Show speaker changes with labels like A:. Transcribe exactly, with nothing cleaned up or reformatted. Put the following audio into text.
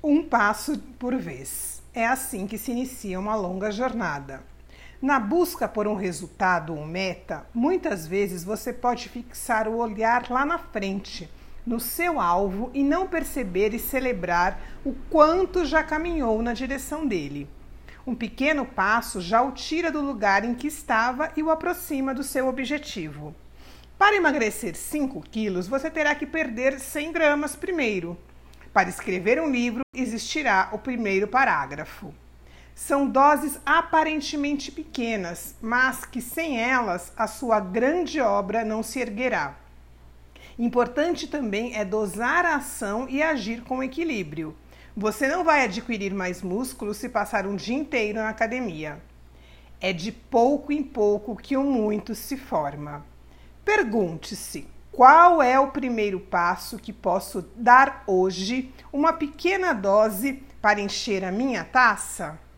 A: Um passo por vez. É assim que se inicia uma longa jornada. Na busca por um resultado ou meta, muitas vezes você pode fixar o olhar lá na frente, no seu alvo, e não perceber e celebrar o quanto já caminhou na direção dele. Um pequeno passo já o tira do lugar em que estava e o aproxima do seu objetivo. Para emagrecer cinco quilos, você terá que perder cem gramas primeiro. Para escrever um livro, existirá o primeiro parágrafo. São doses aparentemente pequenas, mas que sem elas a sua grande obra não se erguerá. Importante também é dosar a ação e agir com equilíbrio. Você não vai adquirir mais músculo se passar um dia inteiro na academia. É de pouco em pouco que o muito se forma. Pergunte-se: qual é o primeiro passo que posso dar hoje, uma pequena dose para encher a minha taça?